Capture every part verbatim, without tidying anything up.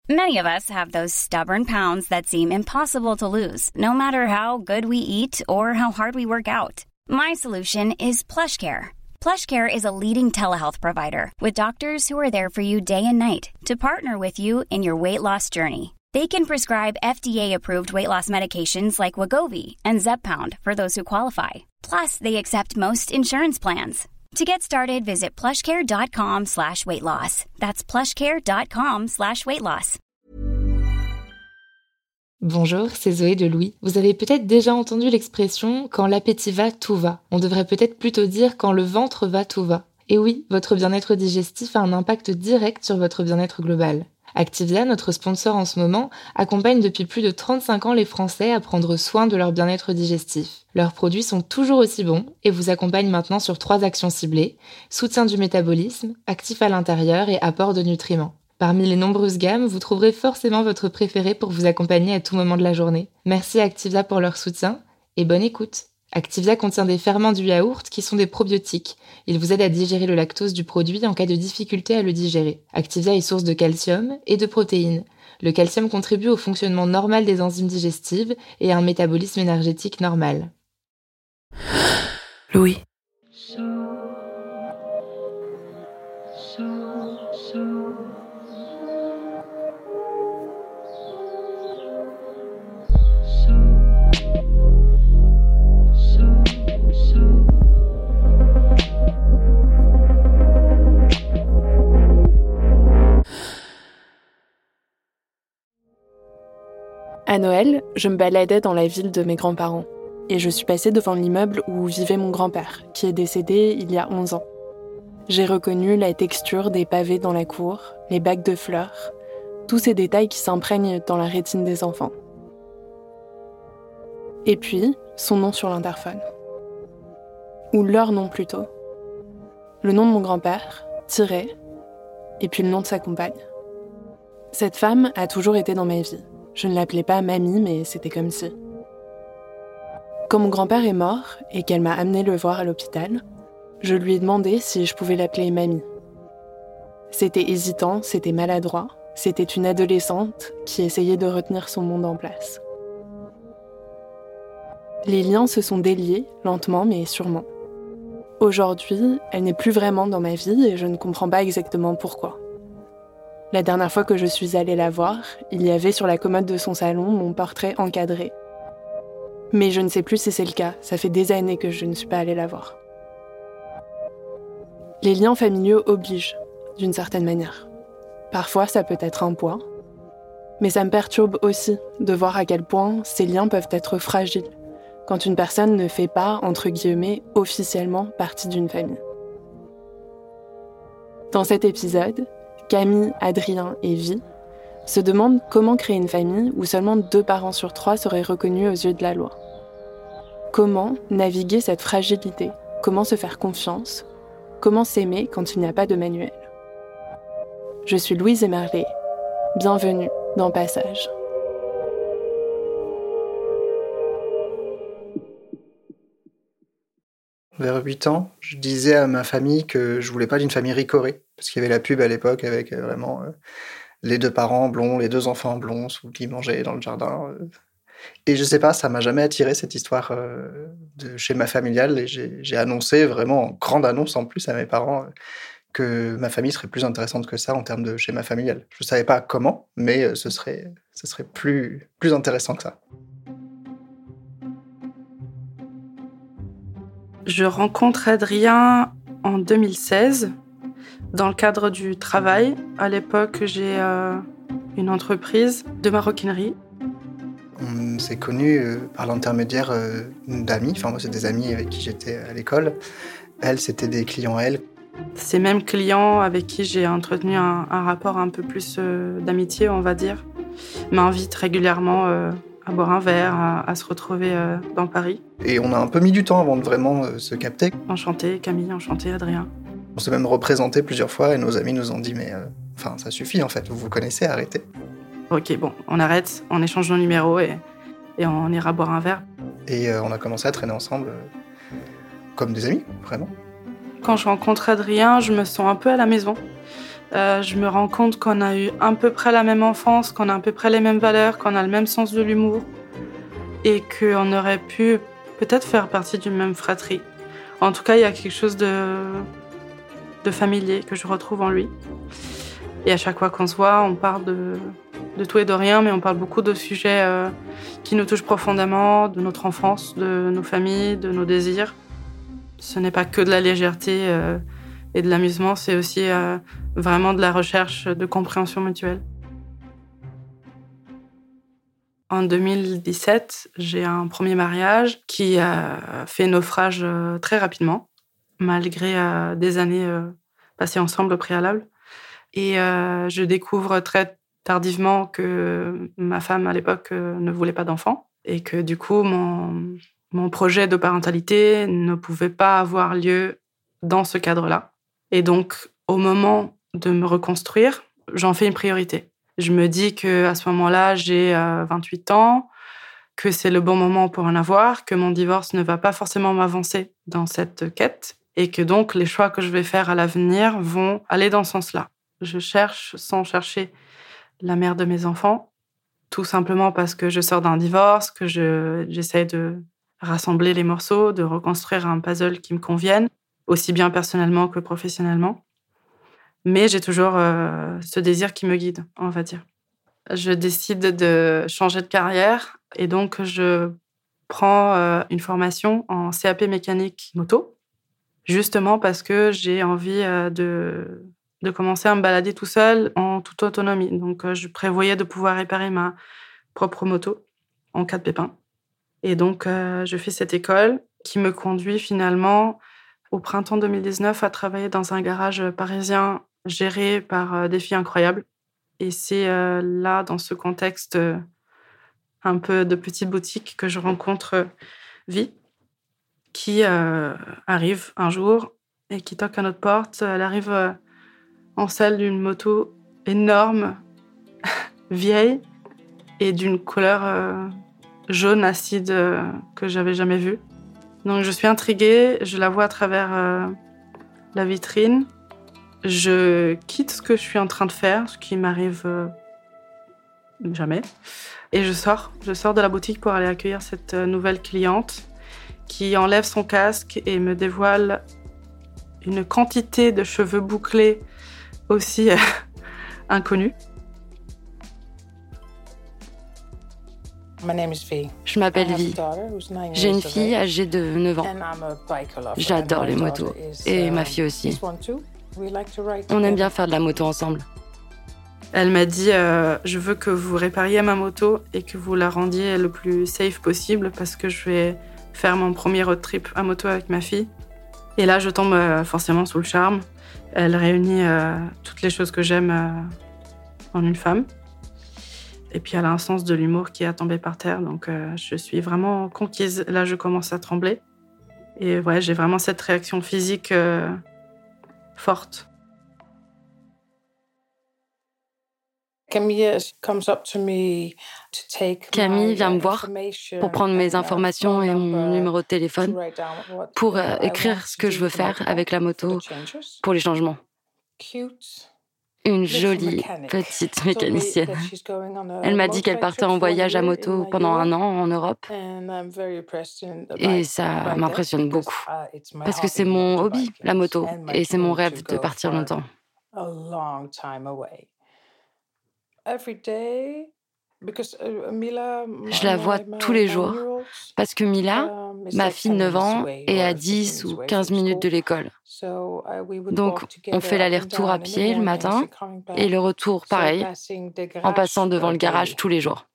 Many of us have those stubborn pounds that seem impossible to lose, no matter how good we eat or how hard we work out. My solution is PlushCare. PlushCare is a leading telehealth provider with doctors who are there for you day and night to partner with you in your weight loss journey. They can prescribe F D A-approved weight loss medications like Wegovy and Zepbound for those who qualify. Plus, they accept most insurance plans. To get started, visit plushcare.com slash weight loss. That's plushcare.com slash weight loss. Bonjour, c'est Zoé de Louis. Vous avez peut-être déjà entendu l'expression « quand l'appétit va, tout va ». On devrait peut-être plutôt dire « quand le ventre va, tout va ». Et oui, votre bien-être digestif a un impact direct sur votre bien-être global. Activia, notre sponsor en ce moment, accompagne depuis plus de trente-cinq ans les Français à prendre soin de leur bien-être digestif. Leurs produits sont toujours aussi bons et vous accompagnent maintenant sur trois actions ciblées: soutien du métabolisme, actif à l'intérieur et apport de nutriments. Parmi les nombreuses gammes, vous trouverez forcément votre préféré pour vous accompagner à tout moment de la journée. Merci à Activia pour leur soutien et bonne écoute. Activia contient des ferments du yaourt qui sont des probiotiques. Ils vous aident à digérer le lactose du produit en cas de difficulté à le digérer. Activia est source de calcium et de protéines. Le calcium contribue au fonctionnement normal des enzymes digestives et à un métabolisme énergétique normal. Louis. À Noël, je me baladais dans la ville de mes grands-parents et je suis passée devant l'immeuble où vivait mon grand-père, qui est décédé il y a onze ans. J'ai reconnu la texture des pavés dans la cour, les bacs de fleurs, tous ces détails qui s'imprègnent dans la rétine des enfants. Et puis, son nom sur l'interphone. Ou leur nom plutôt. Le nom de mon grand-père, Thierry, et puis le nom de sa compagne. Cette femme a toujours été dans ma vie. Je ne l'appelais pas mamie, mais c'était comme si. Quand mon grand-père est mort et qu'elle m'a amené le voir à l'hôpital, je lui ai demandé si je pouvais l'appeler mamie. C'était hésitant, c'était maladroit, c'était une adolescente qui essayait de retenir son monde en place. Les liens se sont déliés, lentement mais sûrement. Aujourd'hui, elle n'est plus vraiment dans ma vie et je ne comprends pas exactement pourquoi. La dernière fois que je suis allée la voir, il y avait sur la commode de son salon mon portrait encadré. Mais je ne sais plus si c'est le cas, ça fait des années que je ne suis pas allée la voir. Les liens familiaux obligent, d'une certaine manière. Parfois, ça peut être un poids. Mais ça me perturbe aussi de voir à quel point ces liens peuvent être fragiles quand une personne ne fait pas, entre guillemets, officiellement partie d'une famille. Dans cet épisode, Camille, Adrien et Vi se demandent comment créer une famille où seulement deux parents sur trois seraient reconnus aux yeux de la loi. Comment naviguer cette fragilité? Comment se faire confiance? Comment s'aimer quand il n'y a pas de manuel? Je suis Louise Emerlé. Bienvenue dans Passage. Vers huit ans, je disais à ma famille que je voulais pas d'une famille ricorée, parce qu'il y avait la pub à l'époque avec euh, vraiment euh, les deux parents blonds, les deux enfants blonds qui mangeaient dans le jardin. Euh. Et je sais pas, ça m'a jamais attiré cette histoire euh, de schéma familial, et j'ai, j'ai annoncé vraiment en grande annonce en plus à mes parents euh, que ma famille serait plus intéressante que ça en termes de schéma familial. Je savais pas comment, mais euh, ce serait, ce serait plus, plus intéressant que ça. Je rencontre Adrien en deux mille seize, dans le cadre du travail. À l'époque, j'ai euh, une entreprise de maroquinerie. On s'est connus euh, par l'intermédiaire euh, d'amis. Enfin, moi, c'est des amis avec qui j'étais à l'école. Elle, c'était des clients à elle. Ces mêmes clients avec qui j'ai entretenu un, un rapport un peu plus euh, d'amitié, on va dire, m'invitent régulièrement euh, à boire un verre, à, à se retrouver euh, dans Paris. Et on a un peu mis du temps avant de vraiment euh, se capter. Enchantée, Camille, enchantée, Adrien. On s'est même représenté plusieurs fois et nos amis nous ont dit « mais euh, enfin, ça suffit en fait, vous vous connaissez, arrêtez ». Ok, bon, on arrête, on échange nos numéros et, et on ira boire un verre. Et euh, on a commencé à traîner ensemble euh, comme des amis, vraiment. Quand je rencontre Adrien, je me sens un peu à la maison. Euh, je me rends compte qu'on a eu à peu près la même enfance, qu'on a à peu près les mêmes valeurs, qu'on a le même sens de l'humour et qu'on aurait pu peut-être faire partie d'une même fratrie. En tout cas, il y a quelque chose de, de familier que je retrouve en lui. Et à chaque fois qu'on se voit, on parle de, de tout et de rien, mais on parle beaucoup de sujets euh, qui nous touchent profondément, de notre enfance, de nos familles, de nos désirs. Ce n'est pas que de la légèreté euh, et de l'amusement, c'est aussi euh, vraiment de la recherche de compréhension mutuelle. En deux mille dix-sept, j'ai un premier mariage qui a fait naufrage euh, très rapidement, malgré euh, des années euh, passées ensemble au préalable. Et euh, je découvre très tardivement que ma femme, à l'époque, euh, ne voulait pas d'enfant et que du coup, mon, mon projet de parentalité ne pouvait pas avoir lieu dans ce cadre-là. Et donc, au moment de me reconstruire, j'en fais une priorité. Je me dis qu'à ce moment-là, j'ai euh, vingt-huit ans, que c'est le bon moment pour en avoir, que mon divorce ne va pas forcément m'avancer dans cette quête et que donc les choix que je vais faire à l'avenir vont aller dans ce sens-là. Je cherche, sans chercher, la mère de mes enfants, tout simplement parce que je sors d'un divorce, que je, j'essaie de rassembler les morceaux, de reconstruire un puzzle qui me convienne, aussi bien personnellement que professionnellement. Mais j'ai toujours euh, ce désir qui me guide, on va dire. Je décide de changer de carrière et donc je prends euh, une formation en C A P mécanique moto, justement parce que j'ai envie euh, de... de commencer à me balader tout seul en toute autonomie. Donc, euh, je prévoyais de pouvoir réparer ma propre moto en cas de pépin. Et donc, euh, je fais cette école qui me conduit finalement au printemps deux mille dix-neuf à travailler dans un garage parisien géré par euh, des filles incroyables. Et c'est euh, là, dans ce contexte euh, un peu de petite boutique, que je rencontre euh, Vi, qui euh, arrive un jour et qui toque à notre porte. Elle arrive... Euh, en selle d'une moto énorme, vieille, et d'une couleur euh, jaune acide euh, que j'avais jamais vue. Donc je suis intriguée, je la vois à travers euh, la vitrine. Je quitte ce que je suis en train de faire, ce qui m'arrive euh, jamais, et je sors. Je sors de la boutique pour aller accueillir cette euh, nouvelle cliente qui enlève son casque et me dévoile une quantité de cheveux bouclés aussi euh, inconnue. Je m'appelle Vi. J'ai une fille âgée de neuf ans. J'adore les motos. Et ma fille aussi. On aime bien faire de la moto ensemble. Elle m'a dit euh, « Je veux que vous répariez ma moto et que vous la rendiez le plus safe possible parce que je vais faire mon premier road trip à moto avec ma fille. » Et là, je tombe euh, forcément sous le charme. Elle réunit euh, toutes les choses que j'aime euh, en une femme. Et puis, elle a un sens de l'humour qui est à tomber par terre. Donc, euh, je suis vraiment conquise. Là, je commence à trembler. Et ouais, j'ai vraiment cette réaction physique euh, forte. Camille vient me voir pour prendre mes informations et mon numéro de téléphone pour euh, écrire ce que je veux faire avec la moto pour les changements. Une jolie petite mécanicienne. Elle m'a dit qu'elle partait en voyage à moto pendant un an en Europe. Et ça m'impressionne beaucoup. Parce que c'est mon hobby, la moto. Et c'est mon rêve de partir longtemps. Je la vois tous les jours parce que Mila, ma fille de neuf ans, est à dix ou quinze minutes de l'école. Donc, on fait l'aller-retour à pied le matin et le retour pareil, en passant devant le garage tous les jours.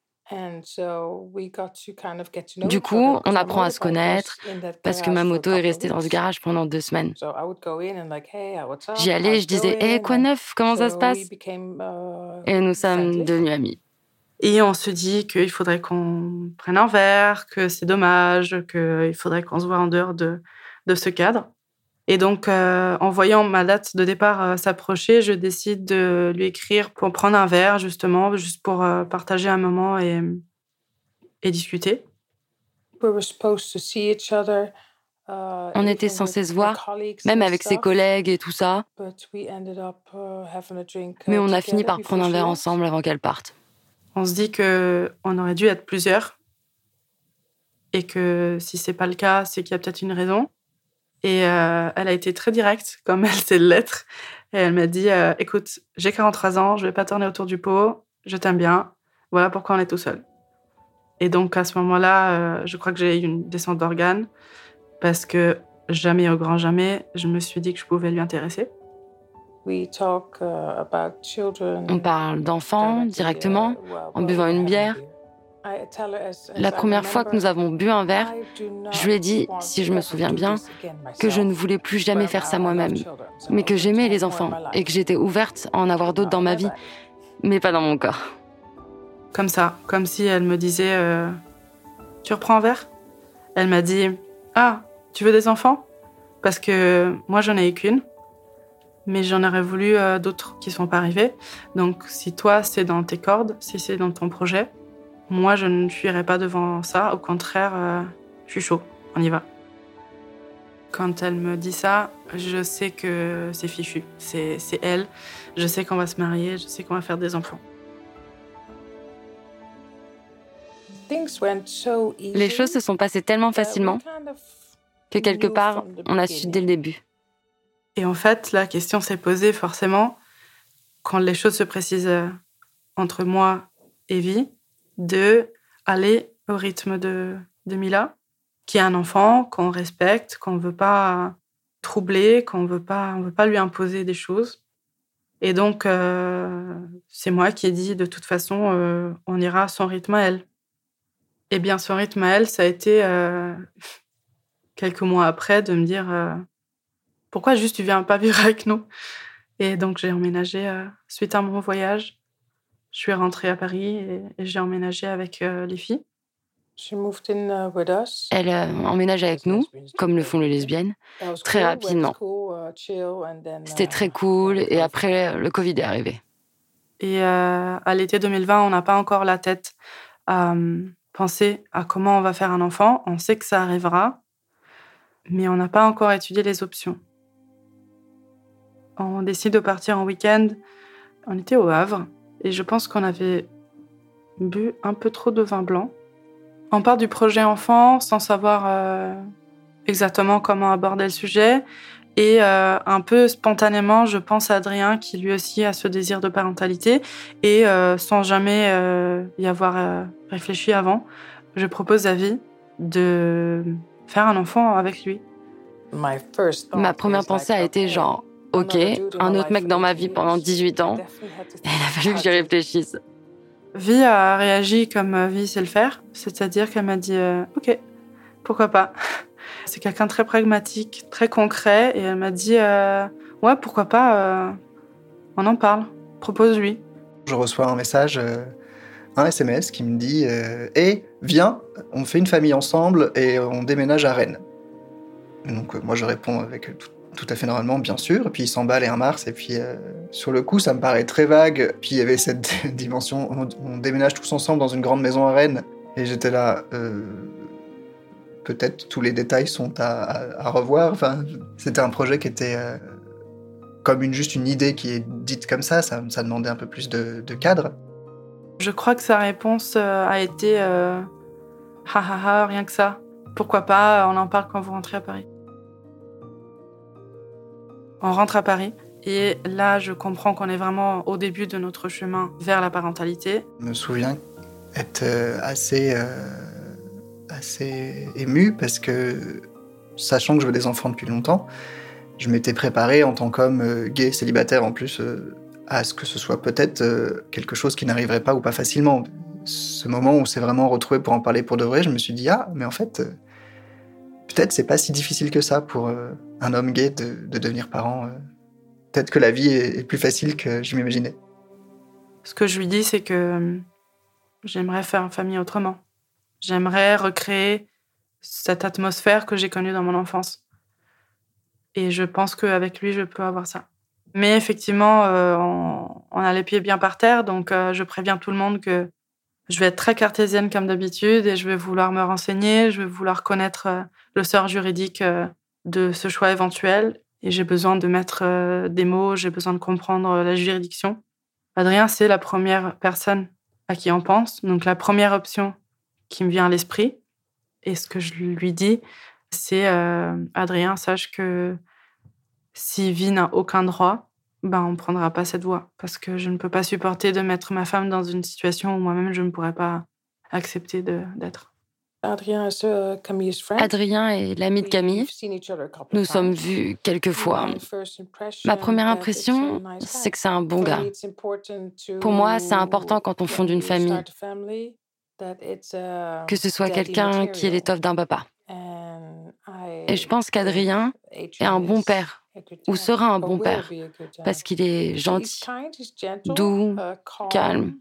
Du coup, on apprend à se connaître parce que ma moto est restée dans ce garage pendant deux semaines. J'y allais et je disais « Hé, hey, quoi de neuf? Comment ça se passe ?» Et nous sommes devenus amis. Et on se dit qu'il faudrait qu'on prenne un verre, que c'est dommage, qu'il faudrait qu'on se voit en dehors de, de ce cadre. Et donc, euh, en voyant ma date de départ euh, s'approcher, je décide de lui écrire pour prendre un verre, justement, juste pour euh, partager un moment et, et discuter. On était censés se voir, même avec ses collègues et tout ça. Mais on a fini par prendre un verre ensemble avant qu'elle parte. On se dit qu'on aurait dû être plusieurs. Et que si c'est pas le cas, c'est qu'il y a peut-être une raison. Et euh, elle a été très directe, comme elle sait l'être. Et elle m'a dit euh, « Écoute, j'ai quarante-trois ans, je vais pas tourner autour du pot, je t'aime bien, voilà pourquoi on est tout seul. » Et donc, à ce moment-là, euh, je crois que j'ai eu une descente d'organes, parce que jamais au grand jamais, je me suis dit que je pouvais lui intéresser. On parle d'enfants directement, en buvant une bière. La première fois que nous avons bu un verre, je lui ai dit, si je me souviens bien, que je ne voulais plus jamais faire ça moi-même, mais que j'aimais les enfants et que j'étais ouverte à en avoir d'autres dans ma vie, mais pas dans mon corps. Comme ça, comme si elle me disait euh, « Tu reprends un verre ?» Elle m'a dit « Ah, tu veux des enfants ? Parce que moi, j'en ai eu qu'une, mais j'en aurais voulu euh, d'autres qui ne sont pas arrivés. Donc, si toi, c'est dans tes cordes, si c'est dans ton projet, moi, je ne fuirai pas devant ça. Au contraire, euh, je suis chaud. On y va. » Quand elle me dit ça, je sais que c'est fichu. C'est, c'est elle. Je sais qu'on va se marier. Je sais qu'on va faire des enfants. Les choses se sont passées tellement facilement que quelque part, on a su dès le début. Et en fait, la question s'est posée forcément quand les choses se précisent entre moi et Vi, de aller au rythme de, de Mila, qui est un enfant qu'on respecte, qu'on ne veut pas troubler, qu'on ne veut pas, on veut pas lui imposer des choses. Et donc, euh, c'est moi qui ai dit, de toute façon, euh, on ira à son rythme à elle. Eh bien, son rythme à elle, ça a été, euh, quelques mois après, de me dire euh, « Pourquoi juste tu viens pas vivre avec nous ?» Et donc, j'ai emménagé euh, suite à mon voyage. Je suis rentrée à Paris et, et j'ai emménagé avec euh, les filles. Elle euh, emménage avec nous, comme le font les lesbiennes, très rapidement. C'était très cool et après, le Covid est arrivé. Et euh, à l'été deux mille vingt, on n'a pas encore la tête à euh, penser à comment on va faire un enfant. On sait que ça arrivera, mais on n'a pas encore étudié les options. On décide de partir en week-end. On était au Havre et je pense qu'on avait bu un peu trop de vin blanc. On part du projet enfant sans savoir euh, exactement comment aborder le sujet. Et euh, un peu spontanément, je pense à Adrien qui lui aussi a ce désir de parentalité. Et euh, sans jamais euh, y avoir euh, réfléchi avant, je propose à Vi de faire un enfant avec lui. Ma première pensée a été genre, ok, un autre mec dans ma vie pendant dix-huit ans. Et il a fallu que j'y réfléchisse. Vi a réagi comme Vi sait le faire, c'est-à-dire qu'elle m'a dit euh, « Ok, pourquoi pas ?» C'est quelqu'un de très pragmatique, très concret, et elle m'a dit euh, « Ouais, pourquoi pas, euh, on en parle, propose-lui. » Je reçois un message, euh, un S M S qui me dit euh, « Hey, viens, on fait une famille ensemble et on déménage à Rennes. » Donc euh, moi je réponds avec tout, tout à fait normalement, bien sûr, et puis il s'emballe et un mars, et puis euh, sur le coup ça me paraît très vague, puis il y avait cette dimension, on, on déménage tous ensemble dans une grande maison à Rennes, et j'étais là, euh, peut-être tous les détails sont à, à, à revoir, enfin, c'était un projet qui était euh, comme une, juste une idée qui est dite comme ça, ça, ça demandait un peu plus de, de cadre. Je crois que sa réponse euh, a été euh, « Ha ha ha, rien que ça, pourquoi pas, on en parle quand vous rentrez à Paris. » On rentre à Paris et là, je comprends qu'on est vraiment au début de notre chemin vers la parentalité. Je me souviens être assez, euh, assez ému parce que, sachant que je veux des enfants depuis longtemps, je m'étais préparé en tant qu'homme euh, gay, célibataire en plus, euh, à ce que ce soit peut-être euh, quelque chose qui n'arriverait pas ou pas facilement. Ce moment où on s'est vraiment retrouvé pour en parler pour de vrai, je me suis dit « Ah, mais en fait, euh, peut-être c'est pas si difficile que ça pour euh, un homme gay de, de devenir parent. Euh. Peut-être que la vie est, est plus facile que je m'imaginais. » Ce que je lui dis, c'est que euh, j'aimerais faire une famille autrement. J'aimerais recréer cette atmosphère que j'ai connue dans mon enfance. Et je pense qu'avec lui, je peux avoir ça. Mais effectivement, euh, on, on a les pieds bien par terre, donc euh, je préviens tout le monde que Je vais être très cartésienne comme d'habitude et je vais vouloir me renseigner, je vais vouloir connaître euh, le sort juridique euh, de ce choix éventuel et j'ai besoin de mettre euh, des mots, j'ai besoin de comprendre euh, la juridiction. Adrien, c'est la première personne à qui on pense, donc la première option qui me vient à l'esprit. Et ce que je lui dis, c'est euh, Adrien, sache que si vie n'a aucun droit, ben on ne prendra pas cette voie. Parce que je ne peux pas supporter de mettre ma femme dans une situation où moi-même je ne pourrais pas accepter de, d'être. Adrien est l'ami de Camille. Nous sommes vus quelques fois. Ma première impression, c'est que c'est un bon gars. Pour moi, c'est important quand on fonde une famille, que ce soit quelqu'un qui est l'étoffe d'un papa. Et je pense qu'Adrien est un bon père, ou sera un bon père, parce qu'il est gentil, doux, calme.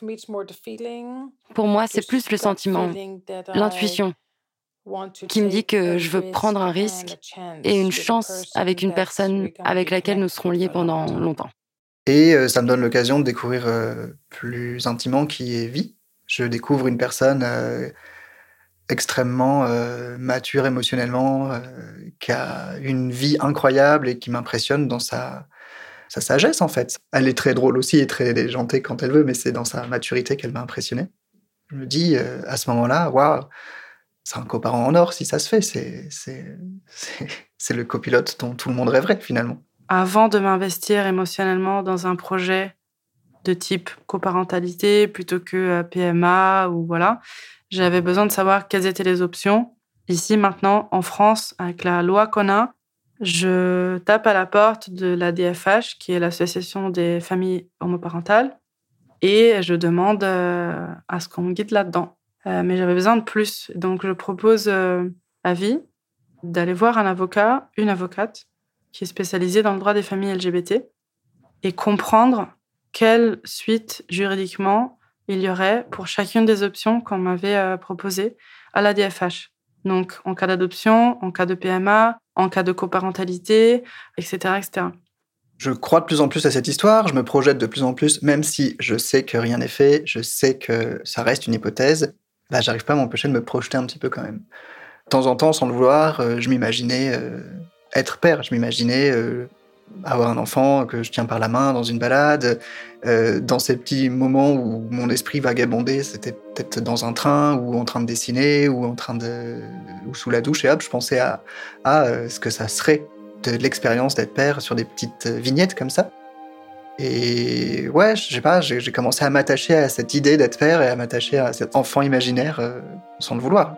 Pour moi, c'est plus le sentiment, l'intuition, qui me dit que je veux prendre un risque et une chance avec une personne avec laquelle nous serons liés pendant longtemps. Et euh, ça me donne l'occasion de découvrir euh, plus intimement qui est Vie. Je découvre une personne euh, extrêmement euh, mature émotionnellement, euh, qui a une vie incroyable et qui m'impressionne dans sa, sa sagesse, en fait. Elle est très drôle aussi et très déjantée quand elle veut, mais c'est dans sa maturité qu'elle m'a impressionné. Je me dis, euh, à ce moment-là, waouh, c'est un coparent en or si ça se fait. C'est, c'est, c'est, c'est le copilote dont tout le monde rêverait, finalement. Avant de m'investir émotionnellement dans un projet de type coparentalité plutôt que P M A ou voilà, j'avais besoin de savoir quelles étaient les options. Ici, maintenant, en France, avec la loi qu'on a, je tape à la porte de l'A D F H, qui est l'Association des familles homoparentales, et je demande euh, à ce qu'on me guide là-dedans. Euh, mais j'avais besoin de plus. Donc, je propose euh, à Vie d'aller voir un avocat, une avocate, qui est spécialisée dans le droit des familles L G B T, et comprendre quelle suite juridiquement il y aurait pour chacune des options qu'on m'avait euh, proposées à l'A D F H. Donc, en cas d'adoption, en cas de P M A, en cas de coparentalité, et cetera, et cetera. Je crois de plus en plus à cette histoire, je me projette de plus en plus, même si je sais que rien n'est fait, je sais que ça reste une hypothèse, bah, j'arrive pas à m'empêcher de me projeter un petit peu quand même. De temps en temps, sans le vouloir, euh, je m'imaginais euh, être père, je m'imaginais euh, avoir un enfant que je tiens par la main dans une balade. Euh, dans ces petits moments où mon esprit vagabondait, c'était peut-être dans un train ou en train de dessiner ou en train de ou sous la douche et hop, je pensais à, à euh, ce que ça serait de l'expérience d'être père sur des petites vignettes comme ça. Et ouais, je sais pas, j'ai, j'ai commencé à m'attacher à cette idée d'être père et à m'attacher à cet enfant imaginaire euh, sans le vouloir.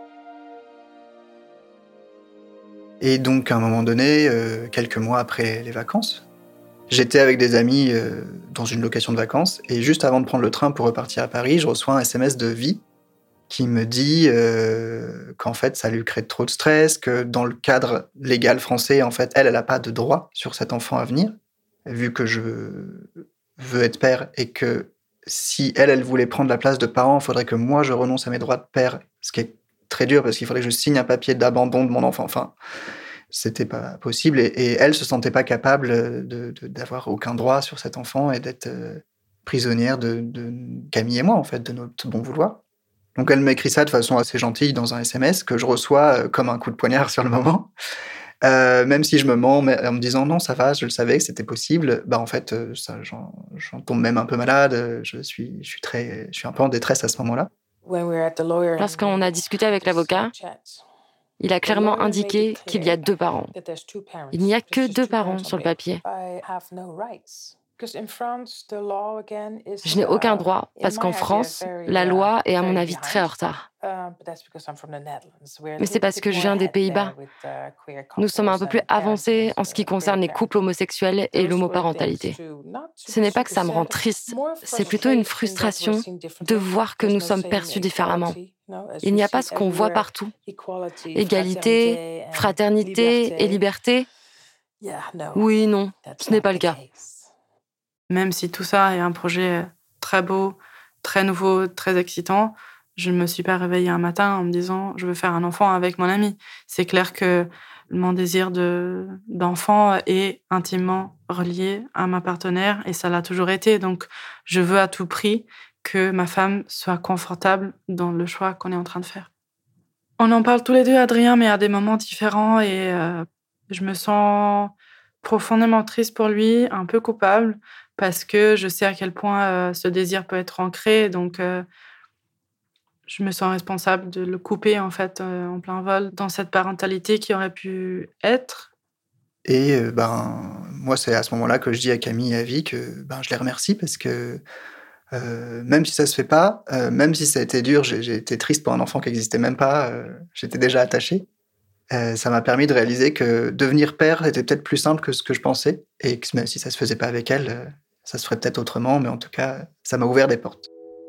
Et donc, à un moment donné, euh, quelques mois après les vacances, j'étais avec des amis euh, dans une location de vacances, et juste avant de prendre le train pour repartir à Paris, je reçois un S M S de Vie qui me dit euh, qu'en fait, ça lui crée trop de stress, que dans le cadre légal français, en fait, elle, elle n'a pas de droit sur cet enfant à venir, vu que je veux être père, et que si elle, elle voulait prendre la place de parent, il faudrait que moi, je renonce à mes droits de père, ce qui est très dur, parce qu'il faudrait que je signe un papier d'abandon de mon enfant. Enfin, c'était pas possible. Et, et elle se sentait pas capable de, de, d'avoir aucun droit sur cet enfant et d'être euh, prisonnière de, de Camille et moi, en fait, de notre bon vouloir. Donc elle m'écrit ça de façon assez gentille dans un S M S que je reçois euh, comme un coup de poignard sur le moment. Euh, même si je me mens en me disant non, ça va, je le savais que c'était possible, bah en fait, euh, ça, j'en, j'en tombe même un peu malade. Je suis, je suis très, je suis un peu en détresse à ce moment-là. Lorsqu'on a discuté avec l'avocat, il a clairement indiqué qu'il y a deux parents. Il n'y a que deux parents sur le papier. Je n'ai aucun droit parce qu'en France, la loi est à mon avis très en retard. Mais c'est parce que je viens des Pays-Bas. Nous sommes un peu plus avancés en ce qui concerne les couples homosexuels et l'homoparentalité. Ce n'est pas que ça me rend triste, c'est plutôt une frustration de voir que nous sommes perçus différemment. Il n'y a pas ce qu'on voit partout. Égalité, fraternité et liberté. Oui, non, ce n'est pas le cas. Même si tout ça est un projet très beau, très nouveau, très excitant, je ne me suis pas réveillée un matin en me disant « je veux faire un enfant avec mon ami ». C'est clair que mon désir de, d'enfant est intimement relié à ma partenaire et ça l'a toujours été. Donc, je veux à tout prix que ma femme soit confortable dans le choix qu'on est en train de faire. On en parle tous les deux, Adrien, mais à des moments différents et euh, je me sens profondément triste pour lui, un peu coupable, parce que je sais à quel point euh, ce désir peut être ancré, donc euh, je me sens responsable de le couper en fait euh, en plein vol dans cette parentalité qui aurait pu être. Et euh, ben, moi, c'est à ce moment-là que je dis à Camille et à Vie que ben, je les remercie parce que euh, même si ça se fait pas, euh, même si ça a été dur, j'ai, j'ai été triste pour un enfant qui n'existait même pas, euh, j'étais déjà attaché. Euh, ça m'a permis de réaliser que devenir père était peut-être plus simple que ce que je pensais et que même si ça se faisait pas avec elle, euh, ça se ferait peut-être autrement, mais en tout cas, ça m'a ouvert des portes.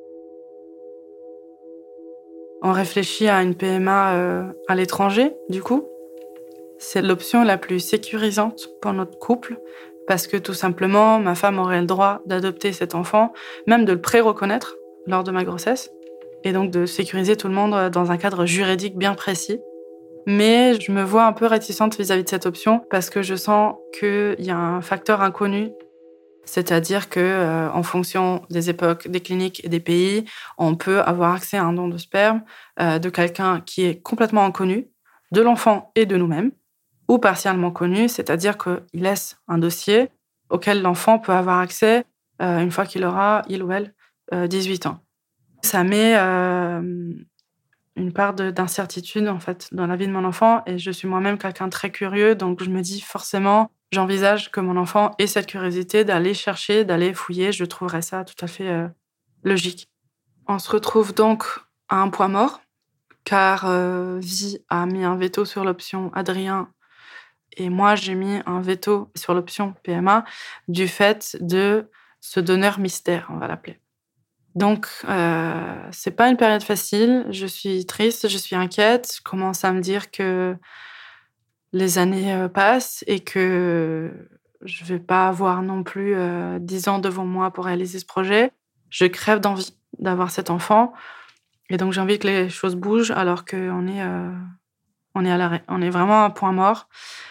On réfléchit à une P M A euh, à l'étranger, du coup. C'est l'option la plus sécurisante pour notre couple parce que tout simplement, ma femme aurait le droit d'adopter cet enfant, même de le pré-reconnaître lors de ma grossesse et donc de sécuriser tout le monde dans un cadre juridique bien précis. Mais je me vois un peu réticente vis-à-vis de cette option parce que je sens qu'il y a un facteur inconnu. C'est-à-dire que, euh, en fonction des époques, des cliniques et des pays, on peut avoir accès à un don de sperme euh, de quelqu'un qui est complètement inconnu, de l'enfant et de nous-mêmes, ou partiellement connu, c'est-à-dire qu'il laisse un dossier auquel l'enfant peut avoir accès euh, une fois qu'il aura, il ou elle, euh, dix-huit ans. Ça met euh, une part de, d'incertitude en fait dans la vie de mon enfant et je suis moi-même quelqu'un de très curieux, donc je me dis forcément, j'envisage que mon enfant ait cette curiosité d'aller chercher, d'aller fouiller, je trouverais ça tout à fait euh, logique. On se retrouve donc à un point mort, car euh, Vie a mis un veto sur l'option Adrien et moi j'ai mis un veto sur l'option P M A du fait de ce donneur mystère, on va l'appeler. Donc, euh, c'est pas une période facile. Je suis triste, je suis inquiète. Je commence à me dire que les années euh, passent et que je vais pas avoir non plus euh, dix ans devant moi pour réaliser ce projet. Je crève d'envie d'avoir cet enfant. Et donc, j'ai envie que les choses bougent alors qu'on est, euh, on est à l'arrêt. On est vraiment à un point mort.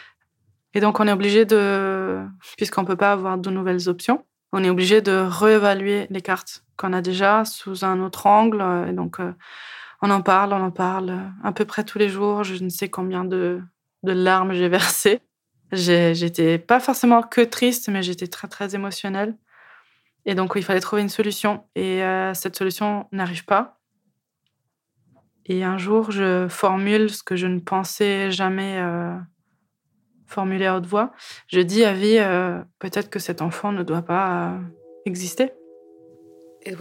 Et donc, on est obligé de... Puisqu'on peut pas avoir de nouvelles options, on est obligé de réévaluer les cartes qu'on a déjà sous un autre angle. Et donc, euh, on en parle, on en parle à peu près tous les jours. Je ne sais combien de, de larmes j'ai versées. J'ai, j'étais pas forcément que triste, mais j'étais très, très émotionnelle. Et donc, il fallait trouver une solution. Et euh, cette solution n'arrive pas. Et un jour, je formule ce que je ne pensais jamais euh, formuler à haute voix. Je dis à Vie, euh, peut-être que cet enfant ne doit pas euh, exister. Il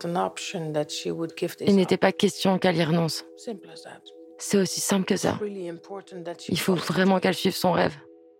n'était pas question qu'elle y renonce. C'est aussi simple que ça. Il faut vraiment qu'elle suive son rêve.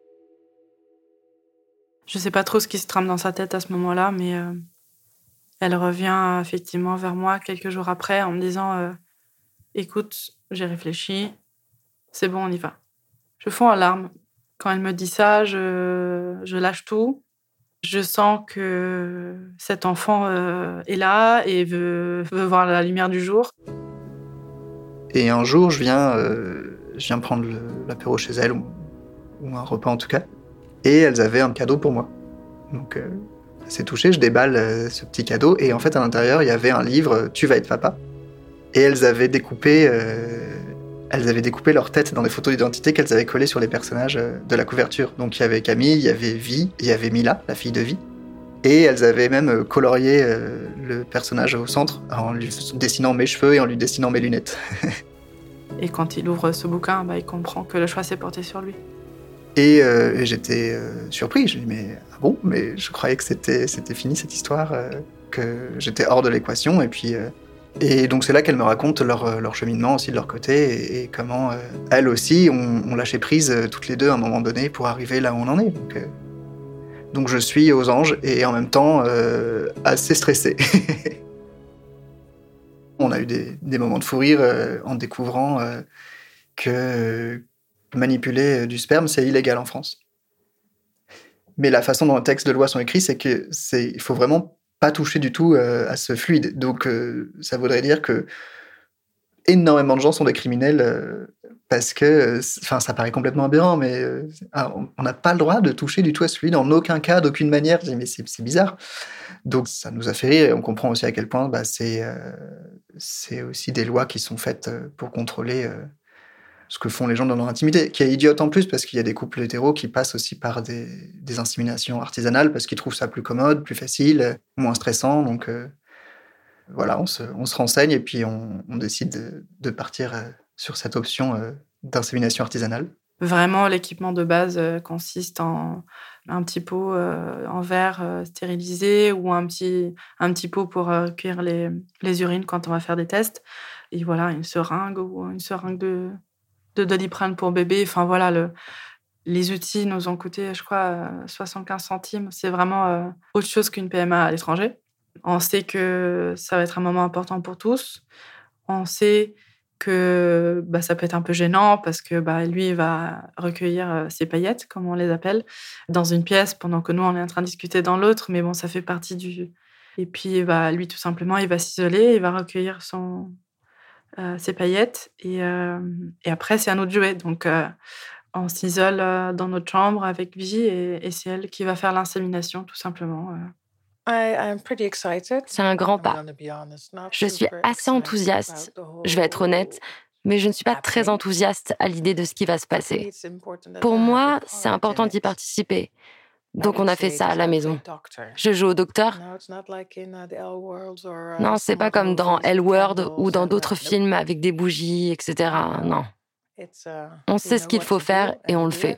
Je sais pas trop ce qui se trame dans sa tête à ce moment-là, mais euh, elle revient effectivement vers moi quelques jours après en me disant euh, « Écoute, j'ai réfléchi, c'est bon, on y va. » Je fonds en larmes. Quand elle me dit ça, je, je lâche tout. Je sens que cet enfant euh, est là et veut, veut voir la lumière du jour. Et un jour, je viens, euh, je viens prendre le, l'apéro chez elles, ou, ou un repas en tout cas, et elles avaient un cadeau pour moi. Donc, euh, assez touchée, je déballe euh, ce petit cadeau, et en fait, à l'intérieur, il y avait un livre « Tu vas être papa ». Et elles avaient découpé, euh, elles avaient découpé leur tête dans des photos d'identité qu'elles avaient collées sur les personnages euh, de la couverture. Donc, il y avait Camille, il y avait Vie, il y avait Mila, la fille de Vie. Et elles avaient même colorié euh, le personnage au centre en lui dessinant mes cheveux et en lui dessinant mes lunettes. Et quand il ouvre ce bouquin, bah, il comprend que le choix s'est porté sur lui. Et, euh, et j'étais euh, surpris. Je lui ai dit, mais ah bon, mais je croyais que c'était, c'était fini cette histoire, euh, que j'étais hors de l'équation. Et puis, euh, et donc c'est là qu'elles me racontent leur, leur cheminement aussi de leur côté et, et comment euh, elles aussi ont, ont lâché prise euh, toutes les deux à un moment donné pour arriver là où on en est. Donc, euh, Donc je suis aux anges et en même temps euh, assez stressé. On a eu des, des moments de fou rire euh, en découvrant euh, que euh, manipuler du sperme, c'est illégal en France. Mais la façon dont les textes de loi sont écrits, c'est que c'est, il faut vraiment pas toucher du tout euh, à ce fluide. Donc euh, ça voudrait dire que énormément de gens sont des criminels euh, parce que, enfin, ça paraît complètement aberrant, mais euh, on n'a pas le droit de toucher du tout à ce fluide, en aucun cas, d'aucune manière. Je dis, mais c'est, c'est bizarre. Donc, ça nous a fait rire et on comprend aussi à quel point bah, c'est, euh, c'est aussi des lois qui sont faites pour contrôler euh, ce que font les gens dans leur intimité, qui est idiote en plus parce qu'il y a des couples hétéros qui passent aussi par des, des inséminations artisanales parce qu'ils trouvent ça plus commode, plus facile, moins stressant. Donc euh, voilà, on se, on se renseigne et puis on, on décide de, de partir euh, sur cette option euh, d'insémination artisanale. Vraiment, l'équipement de base euh, consiste en un petit pot euh, en verre euh, stérilisé ou un petit, un petit pot pour euh, recueillir les, les urines quand on va faire des tests. Et voilà, une seringue ou une seringue de, de Doliprane pour bébé. Enfin voilà, le, les outils nous ont coûté, je crois, euh, soixante-quinze centimes. C'est vraiment euh, autre chose qu'une P M A à l'étranger. On sait que ça va être un moment important pour tous. On sait que bah, ça peut être un peu gênant parce que bah, lui, il va recueillir euh, ses paillettes, comme on les appelle, dans une pièce pendant que nous, on est en train de discuter dans l'autre. Mais bon, ça fait partie du... Et puis, bah, lui, tout simplement, il va s'isoler, il va recueillir son... euh, ses paillettes. Et, euh, et après, c'est à nous de jouer. Donc, euh, on s'isole euh, dans notre chambre avec Vigie et, et c'est elle qui va faire l'insémination, tout simplement. Euh. C'est un grand pas. Je suis assez enthousiaste, je vais être honnête, mais je ne suis pas très enthousiaste à l'idée de ce qui va se passer. Pour moi, c'est important d'y participer. Donc on a fait ça à la maison. Je joue au docteur. Non, c'est pas comme dans L-Word ou dans d'autres films avec des bougies, et cetera. Non. On sait ce qu'il faut faire et on le fait.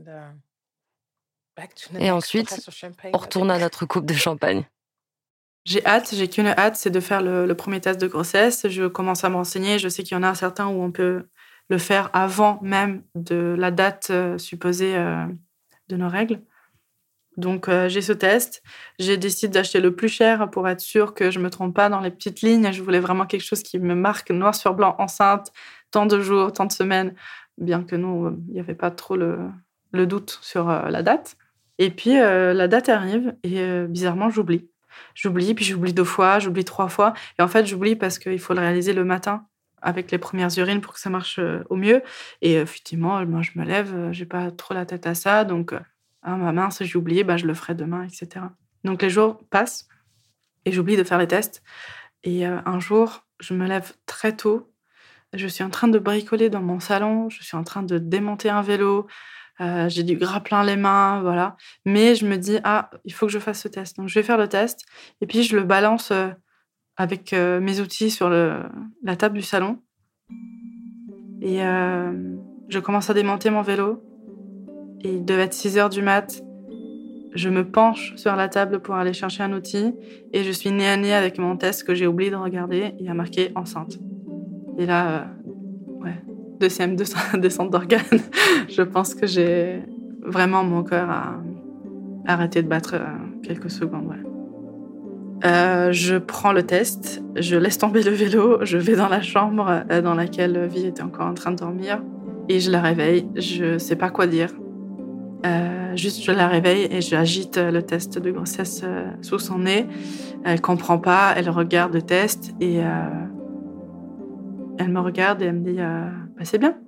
Et ensuite, on retourne à notre coupe de champagne. J'ai hâte, j'ai qu'une hâte, c'est de faire le, le premier test de grossesse. Je commence à me renseigner. Je sais qu'il y en a certains où on peut le faire avant même de la date euh, supposée euh, de nos règles. Donc, euh, j'ai ce test. J'ai décidé d'acheter le plus cher pour être sûre que je ne me trompe pas dans les petites lignes. Je voulais vraiment quelque chose qui me marque noir sur blanc, enceinte, tant de jours, tant de semaines, bien que nous, il n'y avait pas trop le, le doute sur euh, la date. Et puis, euh, la date arrive et euh, bizarrement, j'oublie. J'oublie, puis j'oublie deux fois, j'oublie trois fois. Et en fait, j'oublie parce qu'il faut le réaliser le matin avec les premières urines pour que ça marche euh, au mieux. Et euh, effectivement, moi, je me lève, euh, j'ai pas trop la tête à ça. Donc, euh, ah, ma mince, j'ai oublié, bah, je le ferai demain, et cetera. Donc, les jours passent et j'oublie de faire les tests. Et euh, un jour, je me lève très tôt. Je suis en train de bricoler dans mon salon. Je suis en train de démonter un vélo. Euh, j'ai du gras plein les mains, voilà. Mais je me dis, ah, il faut que je fasse ce test. Donc, je vais faire le test. Et puis, je le balance euh, avec euh, mes outils sur le, la table du salon. Et euh, je commence à démonter mon vélo. Et il devait être six heures du mat'. Je me penche sur la table pour aller chercher un outil. Et je suis nez à nez avec mon test que j'ai oublié de regarder. Il y a marqué enceinte. Et là, euh, ouais, deuxième descente d'organes. Je pense que j'ai vraiment mon cœur à arrêter de battre quelques secondes. Ouais. Euh, je prends le test, je laisse tomber le vélo, je vais dans la chambre dans laquelle Vi était encore en train de dormir et je la réveille. Je sais pas quoi dire. Euh, juste, je la réveille et j'agite le test de grossesse sous son nez. Elle comprend pas, elle regarde le test et euh, elle me regarde et elle me dit euh, bah, c'est bien.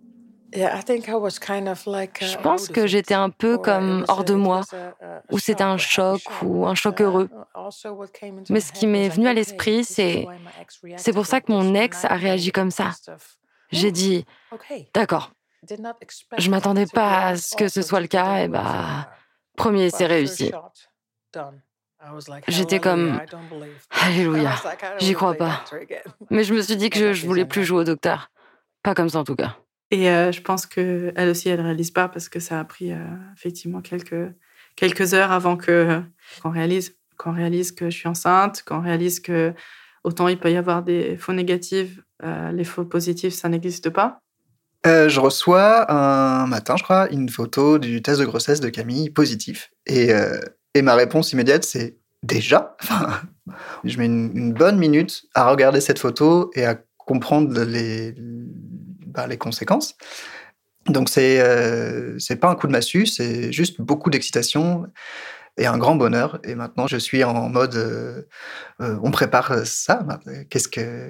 Je pense que j'étais un peu comme hors de moi, ou c'était un choc ou un choc heureux. Mais ce qui m'est venu à l'esprit, c'est c'est pour ça que mon ex a réagi comme ça. J'ai dit d'accord. Je m'attendais pas à ce que ce soit le cas, et bah premier essai réussi. J'étais comme alléluia, j'y crois pas. Mais je me suis dit que je, je voulais plus jouer au docteur, pas comme ça en tout cas. Et euh, je pense qu'elle aussi, elle ne réalise pas parce que ça a pris euh, effectivement quelques, quelques heures avant que, qu'on, réalise, qu'on réalise que je suis enceinte, qu'on réalise que autant il peut y avoir des faux négatifs, euh, les faux positifs, ça n'existe pas. Euh, je reçois un matin, je crois, une photo du test de grossesse de Camille positif. Et, euh, et ma réponse immédiate, c'est déjà. Enfin, je mets une, une bonne minute à regarder cette photo et à comprendre les... Bah, les conséquences. Donc, c'est, euh, c'est pas un coup de massue, c'est juste beaucoup d'excitation et un grand bonheur. Et maintenant, je suis en mode, euh, euh, on prépare ça. Qu'est-ce que,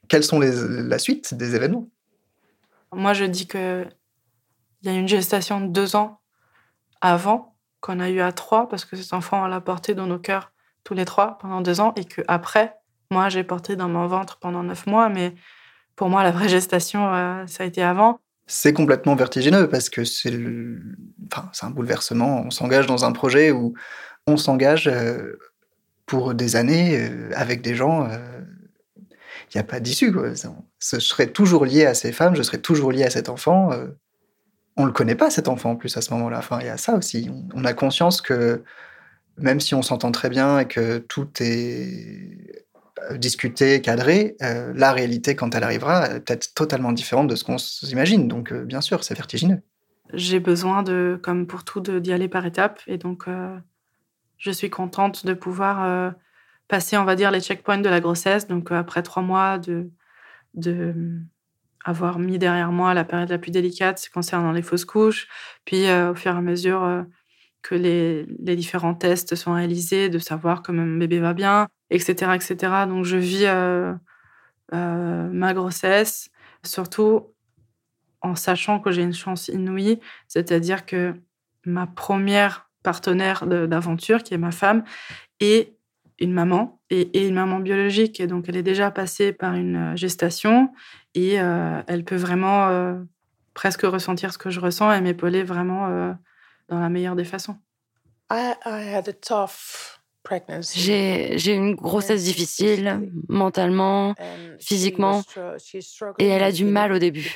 quelles sont les, la suite des événements? Moi, je dis qu'il y a une gestation de deux ans avant, qu'on a eu à trois, parce que cet enfant, on l'a porté dans nos cœurs tous les trois pendant deux ans, et qu'après, moi, j'ai porté dans mon ventre pendant neuf mois, mais pour moi, la vraie gestation, euh, ça a été avant. C'est complètement vertigineux parce que c'est, le... enfin, c'est un bouleversement. On s'engage dans un projet où on s'engage euh, pour des années euh, avec des gens. Il euh, n'y a pas d'issue, quoi. Je serais toujours lié à ces femmes, je serais toujours lié à cet enfant. Euh, on ne le connaît pas, cet enfant, en plus, à ce moment-là. Enfin, il y a ça aussi. On, on a conscience que même si on s'entend très bien et que tout est discuté, cadré, euh, la réalité, quand elle arrivera, est peut-être totalement différente de ce qu'on s'imagine. Donc, euh, bien sûr, c'est vertigineux. J'ai besoin, de, comme pour tout, de, d'y aller par étapes. Et donc, euh, je suis contente de pouvoir euh, passer, on va dire, les checkpoints de la grossesse. Donc, euh, après trois mois, de, de euh, avoir mis derrière moi la période la plus délicate concernant les fausses couches. Puis, euh, au fur et à mesure euh, que les, les différents tests sont réalisés, de savoir que mon bébé va bien, et cetera, et cetera. Donc, je vis euh, euh, ma grossesse, surtout en sachant que j'ai une chance inouïe, c'est-à-dire que ma première partenaire de, d'aventure, qui est ma femme, est une maman, et, et une maman biologique. Et donc, elle est déjà passée par une gestation, et euh, elle peut vraiment euh, presque ressentir ce que je ressens et m'épauler vraiment euh, dans la meilleure des façons. I, I had a tough... J'ai, j'ai eu une grossesse difficile, mentalement, physiquement, et elle a du mal au début.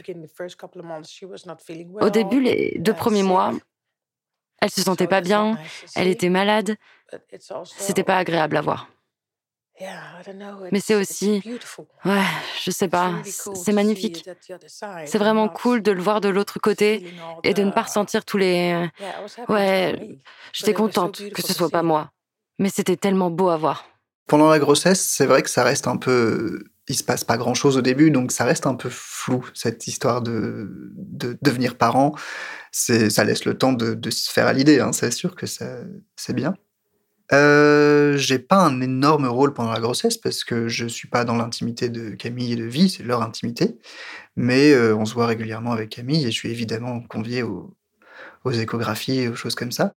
Au début, les deux premiers mois, elle se sentait pas bien, elle était malade, c'était pas agréable à voir. Mais c'est aussi, ouais, je sais pas, c'est magnifique. C'est vraiment cool de le voir de l'autre côté et de ne pas ressentir tous les... Ouais, j'étais contente que ce soit pas moi. Mais c'était tellement beau à voir. Pendant la grossesse, c'est vrai que ça reste un peu... Il se passe pas grand-chose au début, donc ça reste un peu flou, cette histoire de, de devenir parent. C'est... Ça laisse le temps de, de se faire à l'idée, hein. C'est sûr que ça... c'est bien. Euh, j'ai pas un énorme rôle pendant la grossesse, parce que je suis pas dans l'intimité de Camille et de Vie, c'est leur intimité. Mais euh, on se voit régulièrement avec Camille, et je suis évidemment convié aux, aux échographies et aux choses comme ça.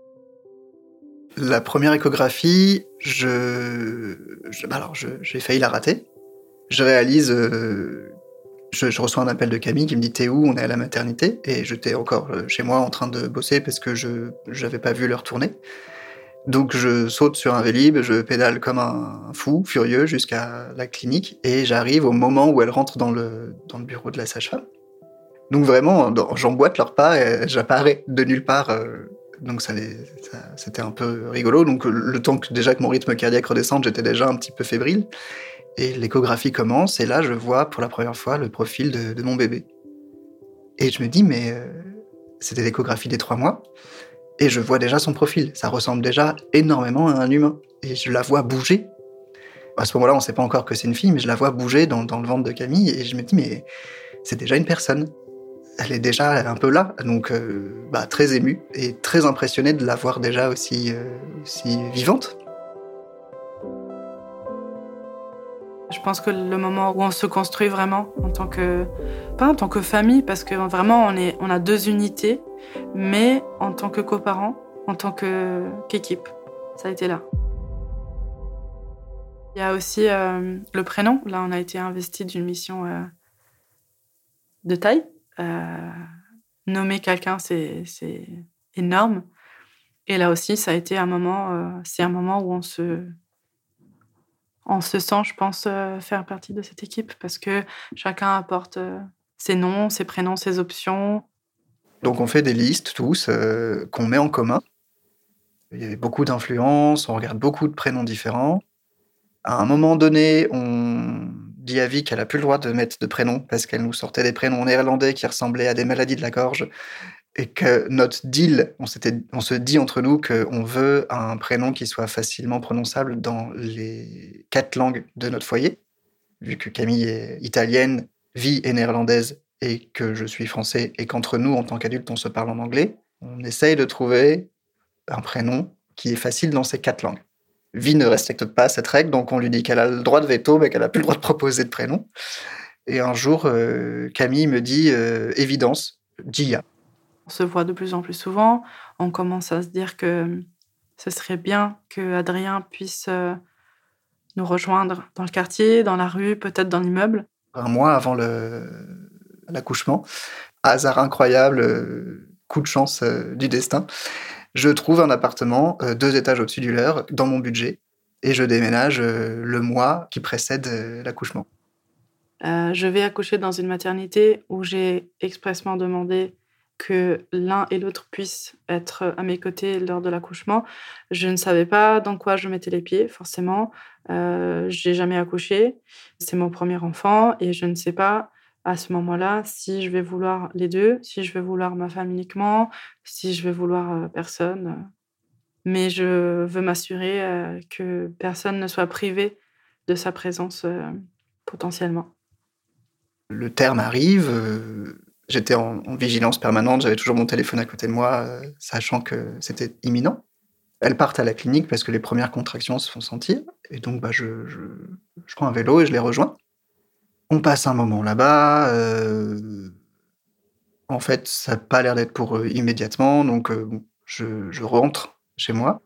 La première échographie, je, je alors je, j'ai failli la rater. Je réalise, euh, je, je reçois un appel de Camille qui me dit « T'es où ? On est à la maternité ?» Et j'étais encore chez moi en train de bosser parce que je j'avais pas vu l'heure tourner. Donc je saute sur un Vélib, je pédale comme un fou, furieux, jusqu'à la clinique, et j'arrive au moment où elle rentre dans le, dans le bureau de la sage-femme. Donc vraiment, j'emboîte leurs pas et j'apparais de nulle part. Euh, Donc ça, les, ça, c'était un peu rigolo. Donc le temps que déjà que mon rythme cardiaque redescende, j'étais déjà un petit peu fébrile. Et l'échographie commence, et là je vois pour la première fois le profil de, de mon bébé. Et je me dis, mais euh, c'était l'échographie des trois mois, et je vois déjà son profil. Ça ressemble déjà énormément à un humain. Et je la vois bouger. À ce moment-là, on ne sait pas encore que c'est une fille, mais je la vois bouger dans, dans le ventre de Camille, et je me dis, mais c'est déjà une personne. Elle est déjà un peu là, donc euh, bah, très émue et très impressionnée de la voir déjà aussi, euh, aussi vivante. Je pense que le moment où on se construit vraiment en tant que, pas en tant que famille, parce que vraiment on, est, on a deux unités, mais en tant que coparents, en tant que, qu'équipe, ça a été là. Il y a aussi euh, le prénom. Là, on a été investi d'une mission euh, de taille. Euh, nommer quelqu'un, c'est, c'est énorme. Et là aussi, ça a été un moment, euh, c'est un moment où on se, on se sent, je pense, euh, faire partie de cette équipe, parce que chacun apporte euh, ses noms, ses prénoms, ses options. Donc on fait des listes tous euh, qu'on met en commun. Il y avait beaucoup d'influences, on regarde beaucoup de prénoms différents. À un moment donné, on dit à Vie qu'elle n'a plus le droit de mettre de prénoms parce qu'elle nous sortait des prénoms néerlandais qui ressemblaient à des maladies de la gorge, et que notre deal, on, s'était, on se dit entre nous qu'on veut un prénom qui soit facilement prononçable dans les quatre langues de notre foyer, vu que Camille est italienne, Vie est néerlandaise et que je suis français, et qu'entre nous, en tant qu'adultes, on se parle en anglais. On essaye de trouver un prénom qui est facile dans ces quatre langues. Vie ne respecte pas cette règle, donc on lui dit qu'elle a le droit de veto, mais qu'elle n'a plus le droit de proposer de prénom. Et un jour, euh, Camille me dit euh, évidence, Gia. On se voit de plus en plus souvent. On commence à se dire que ce serait bien que Adrien puisse euh, nous rejoindre dans le quartier, dans la rue, peut-être dans l'immeuble. Un mois avant le, l'accouchement, hasard incroyable, euh, coup de chance euh, du destin, je trouve un appartement euh, deux étages au-dessus du leur, dans mon budget, et je déménage euh, le mois qui précède euh, l'accouchement. Euh, je vais accoucher dans une maternité où j'ai expressément demandé que l'un et l'autre puissent être à mes côtés lors de l'accouchement. Je ne savais pas dans quoi je mettais les pieds, forcément. Euh, j'ai jamais accouché. C'est mon premier enfant et je ne sais pas à ce moment-là si je vais vouloir les deux, si je vais vouloir ma femme uniquement, si je vais vouloir euh, personne. Mais je veux m'assurer euh, que personne ne soit privé de sa présence euh, potentiellement. Le terme arrive, euh, j'étais en, en vigilance permanente, j'avais toujours mon téléphone à côté de moi, euh, sachant que c'était imminent. Elles partent à la clinique parce que les premières contractions se font sentir, et donc bah, je, je, je prends un vélo et je les rejoins. On passe un moment là-bas, euh, en fait ça n'a pas l'air d'être pour eux immédiatement, donc euh, je, je rentre chez moi.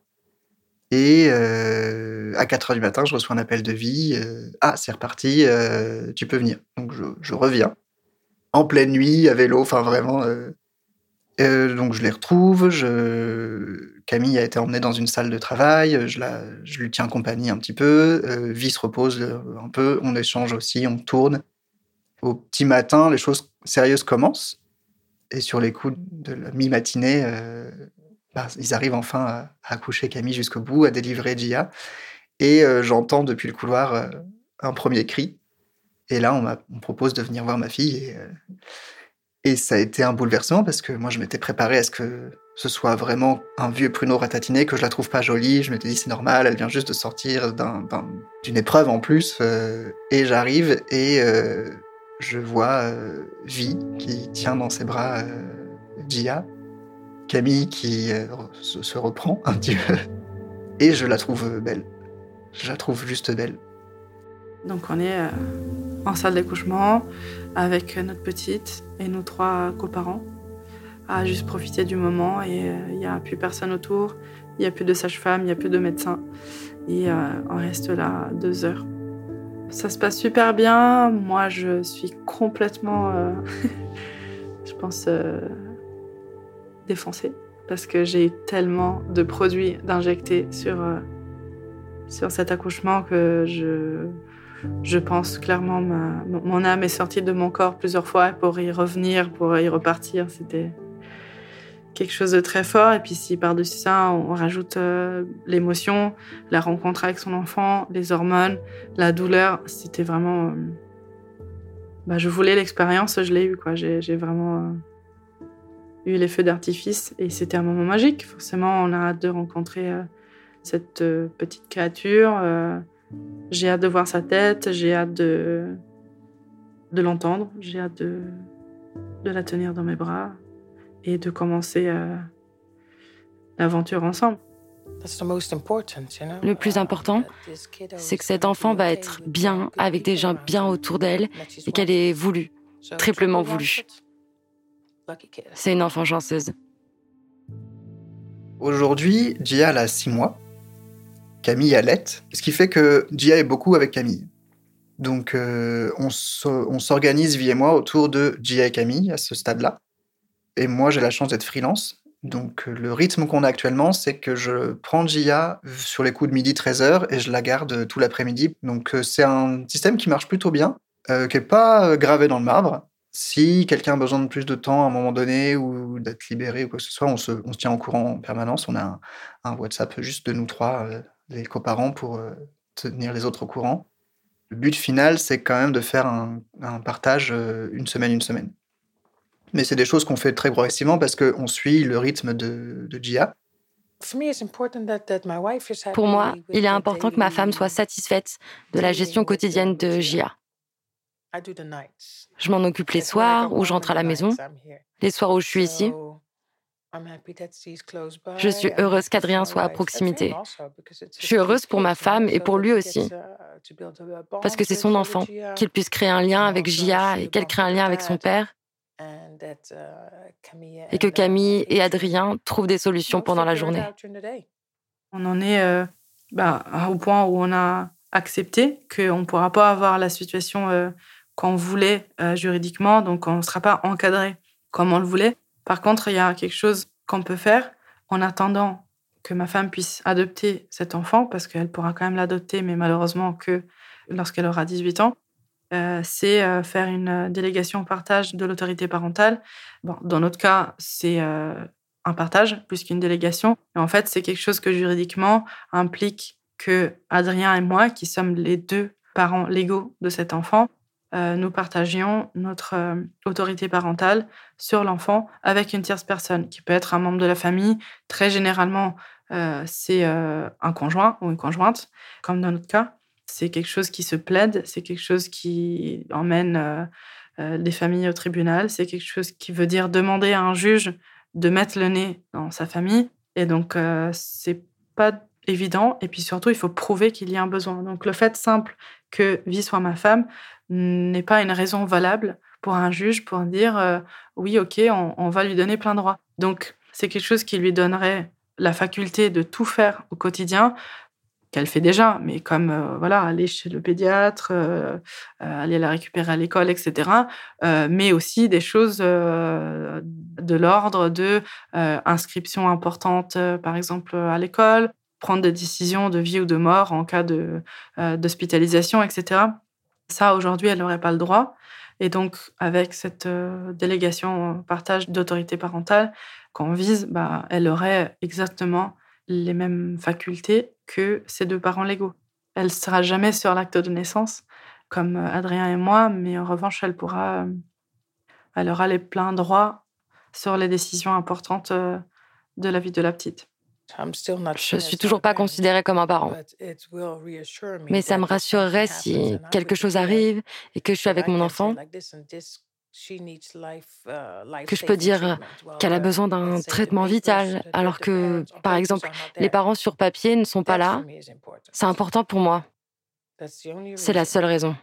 Et euh, à quatre heures du matin, je reçois un appel de vie. Euh, ah, c'est reparti, euh, tu peux venir. Donc je, je reviens. En pleine nuit, à vélo, enfin vraiment. Euh, euh, donc je les retrouve. Je... Camille a été emmenée dans une salle de travail. Je, la... je lui tiens compagnie un petit peu. Euh, Vie se repose un peu. On échange aussi, on tourne. Au petit matin, les choses sérieuses commencent. Et sur les coups de la mi-matinée, euh, bah, ils arrivent enfin à, à accoucher Camille jusqu'au bout, à délivrer Gia. Et euh, j'entends depuis le couloir euh, un premier cri. Et là, on, m'a, on me propose de venir voir ma fille. Et, euh, et ça a été un bouleversement parce que moi, je m'étais préparé à ce que ce soit vraiment un vieux pruneau ratatiné, que je la trouve pas jolie. Je m'étais dit, c'est normal, elle vient juste de sortir d'un, d'un, d'une épreuve en plus. Euh, et j'arrive et euh, je vois euh, Vie qui tient dans ses bras euh, Gia. Camille qui euh, se, se reprend un petit peu. Et je la trouve belle. Je la trouve juste belle. Donc on est euh, en salle d'accouchement avec notre petite et nos trois coparents à juste profiter du moment et il euh, n'y a plus personne autour, il n'y a plus de sage-femme, il n'y a plus de médecin et euh, on reste là deux heures. Ça se passe super bien, moi je suis complètement, euh, je pense, euh, défoncée parce que j'ai eu tellement de produits d'injectés sur, euh, sur cet accouchement que je... Je pense clairement ma mon âme est sortie de mon corps plusieurs fois pour y revenir, pour y repartir. C'était quelque chose de très fort. Et puis si par-dessus ça, on rajoute euh, l'émotion, la rencontre avec son enfant, les hormones, la douleur, c'était vraiment... Euh... Bah, je voulais l'expérience, je l'ai eue, quoi. J'ai, j'ai vraiment euh, eu les feux d'artifice et c'était un moment magique. Forcément, on a hâte de rencontrer euh, cette euh, petite créature. Euh, J'ai hâte de voir sa tête, j'ai hâte de, de l'entendre, j'ai hâte de, de la tenir dans mes bras et de commencer euh, l'aventure ensemble. Le plus important, c'est que cet enfant va être bien avec des gens bien autour d'elle et qu'elle est voulu, triplement voulu. C'est une enfant chanceuse. Aujourd'hui, Gia elle a six mois. Camille allait, ce qui fait que Gia est beaucoup avec Camille. Donc euh, on, so, on s'organise, Vie et moi, autour de Gia et Camille à ce stade-là. Et moi, j'ai la chance d'être freelance. Donc le rythme qu'on a actuellement, c'est que je prends Gia sur les coups de midi treize heures et je la garde tout l'après-midi. Donc euh, c'est un système qui marche plutôt bien, euh, qui n'est pas euh, gravé dans le marbre. Si quelqu'un a besoin de plus de temps à un moment donné ou d'être libéré ou quoi que ce soit, on se, on se tient au courant en permanence. On a un, un WhatsApp juste de nous trois, euh, les coparents, pour euh, tenir les autres au courant. Le but final, c'est quand même de faire un, un partage euh, une semaine, une semaine. Mais c'est des choses qu'on fait très progressivement parce qu'on suit le rythme de, de Gia. Pour moi, il est important que ma femme soit satisfaite de la gestion quotidienne de Gia. Je m'en occupe les soirs où je rentre à la maison, les soirs où je suis ici. Je suis heureuse qu'Adrien soit à proximité. Je suis heureuse pour ma femme et pour lui aussi. Parce que c'est son enfant, qu'il puisse créer un lien avec Gia et qu'elle crée un lien avec son père. Et que Camille et Adrien trouvent des solutions pendant la journée. On en est euh, bah, au point où on a accepté qu'on ne pourra pas avoir la situation euh, qu'on voulait euh, juridiquement, donc on ne sera pas encadré comme on le voulait. Par contre, il y a quelque chose qu'on peut faire en attendant que ma femme puisse adopter cet enfant, parce qu'elle pourra quand même l'adopter, mais malheureusement que lorsqu'elle aura dix-huit ans. Euh, c'est euh, faire une délégation au partage de l'autorité parentale. Bon, dans notre cas, c'est euh, un partage plus qu'une délégation. Et en fait, c'est quelque chose que juridiquement implique que Adrien et moi, qui sommes les deux parents légaux de cet enfant, euh, nous partagions notre euh, autorité parentale sur l'enfant avec une tierce personne, qui peut être un membre de la famille. Très généralement, euh, c'est euh, un conjoint ou une conjointe, comme dans notre cas. C'est quelque chose qui se plaide, c'est quelque chose qui emmène euh, euh, les familles au tribunal, c'est quelque chose qui veut dire demander à un juge de mettre le nez dans sa famille. Et donc, euh, c'est pas évident. Et puis surtout, il faut prouver qu'il y a un besoin. Donc, le fait simple que Vie soit ma femme n'est pas une raison valable pour un juge pour dire euh, oui, ok, on, on va lui donner plein droit. Donc, c'est quelque chose qui lui donnerait la faculté de tout faire au quotidien, qu'elle fait déjà, mais comme euh, voilà, aller chez le pédiatre, euh, euh, aller la récupérer à l'école, et cetera. Euh, mais aussi des choses euh, de l'ordre de euh, inscription importante, euh, par exemple à l'école, prendre des décisions de vie ou de mort en cas de, euh, d'hospitalisation, et cetera. Ça, aujourd'hui, elle n'aurait pas le droit. Et donc, avec cette euh, délégation partage d'autorité parentale qu'on vise, bah, elle aurait exactement les mêmes facultés que ses deux parents légaux. Elle ne sera jamais sur l'acte de naissance, comme Adrien et moi, mais en revanche, elle pourra, elle aura les pleins droits sur les décisions importantes de la vie de la petite. Je ne suis toujours pas considérée comme un parent. Mais ça me rassurerait si quelque chose arrive et que je suis avec mon enfant, que je peux dire qu'elle a besoin d'un traitement vital, alors que, par exemple, les parents sur papier ne sont pas là. C'est important pour moi. C'est la seule raison.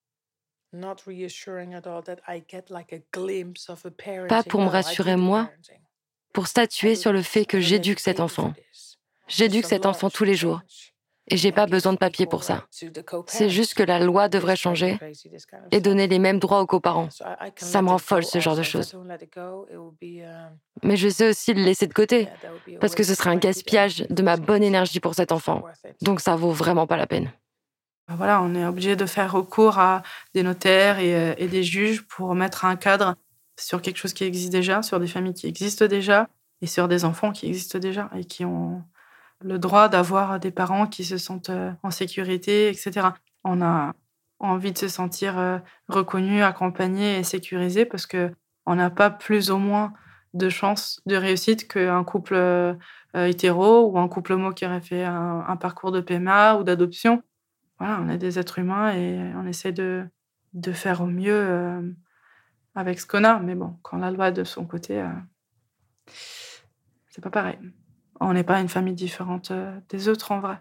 Pas pour me rassurer moi, pour statuer sur le fait que j'éduque cet enfant. J'éduque cet enfant tous les jours. Et j'ai pas besoin de papier pour ça. C'est juste que la loi devrait changer et donner les mêmes droits aux coparents. Ça me rend folle, ce genre de choses. Mais je sais aussi le laisser de côté, parce que ce serait un gaspillage de ma bonne énergie pour cet enfant. Donc ça vaut vraiment pas la peine. Voilà, on est obligé de faire recours à des notaires et, et des juges pour mettre un cadre sur quelque chose qui existe déjà, sur des familles qui existent déjà et sur des enfants qui existent déjà et qui ont le droit d'avoir des parents qui se sentent en sécurité, et cetera. On a envie de se sentir reconnu, accompagné et sécurisé parce qu'on n'a pas plus ou moins de chances de réussite qu'un couple euh, hétéro ou un couple homo qui aurait fait un, un parcours de P M A ou d'adoption. Voilà, on est des êtres humains et on essaie de, de faire au mieux euh, avec ce qu'on a. Mais bon, quand la loi est de son côté, euh, c'est pas pareil. On n'est pas une famille différente des autres, en vrai.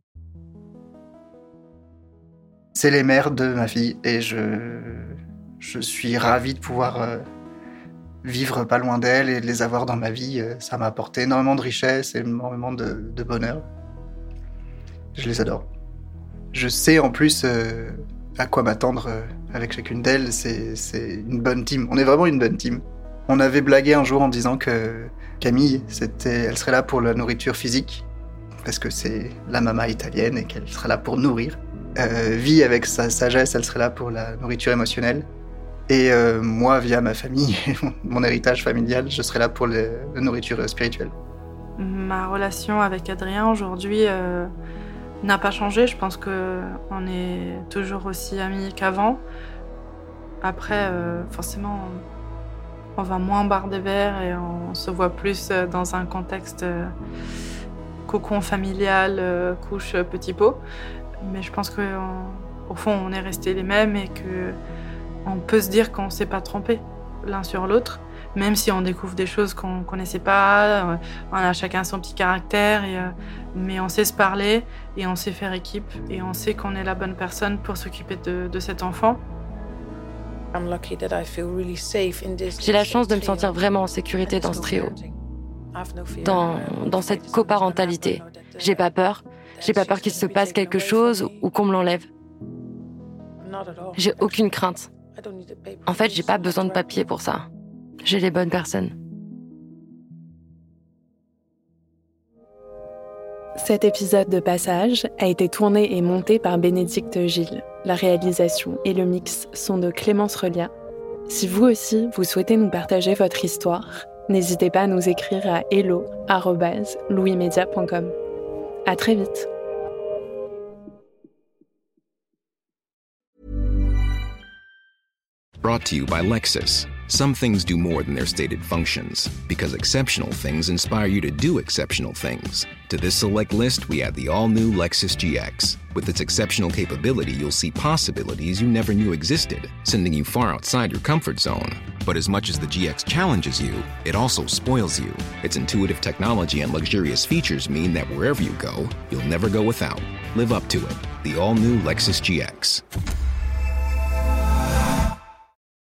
C'est les mères de ma fille et je, je suis ravi de pouvoir euh, vivre pas loin d'elles et de les avoir dans ma vie. Ça m'a apporté énormément de richesse et énormément de, de bonheur. Je les adore. Je sais en plus euh, à quoi m'attendre euh, avec chacune d'elles. C'est, c'est une bonne team. On est vraiment une bonne team. On avait blagué un jour en disant que Camille, c'était, elle serait là pour la nourriture physique, parce que c'est la maman italienne et qu'elle serait là pour nourrir. Euh, Vie, avec sa sagesse, elle serait là pour la nourriture émotionnelle. Et euh, moi, via ma famille, mon héritage familial, je serais là pour le, la nourriture spirituelle. Ma relation avec Adrien, aujourd'hui, euh, n'a pas changé. Je pense qu'on est toujours aussi amis qu'avant. Après, euh, forcément... on va moins bar des verres et on se voit plus dans un contexte cocon familial, couche petit pot. Mais je pense qu'au fond, on est restés les mêmes et qu'on peut se dire qu'on ne s'est pas trompé l'un sur l'autre. même si on découvre des choses qu'on ne connaissait pas, on a chacun son petit caractère, et, euh, mais on sait se parler et on sait faire équipe et on sait qu'on est la bonne personne pour s'occuper de, de cet enfant. J'ai la chance de me sentir vraiment en sécurité dans ce trio, dans, dans cette coparentalité. J'ai pas peur, j'ai pas peur qu'il se passe quelque chose ou qu'on me l'enlève. J'ai aucune crainte. En fait, j'ai pas besoin de papier pour ça. J'ai les bonnes personnes. Cet épisode de Passage a été tourné et monté par Bénédicte Gilles. La réalisation et le mix sont de Clémence Relia. Si vous aussi, vous souhaitez nous partager votre histoire, n'hésitez pas à nous écrire à hello arobase louismedia point com. À très vite. Brought to you by Lexus. Some things do more than their stated functions, because exceptional things inspire you to do exceptional things. To this select list, we add the all-new Lexus G X. With its exceptional capability, you'll see possibilities you never knew existed, sending you far outside your comfort zone. But as much as the G X challenges you, it also spoils you. Its intuitive technology and luxurious features mean that wherever you go, you'll never go without. Live up to it. The all-new Lexus G X.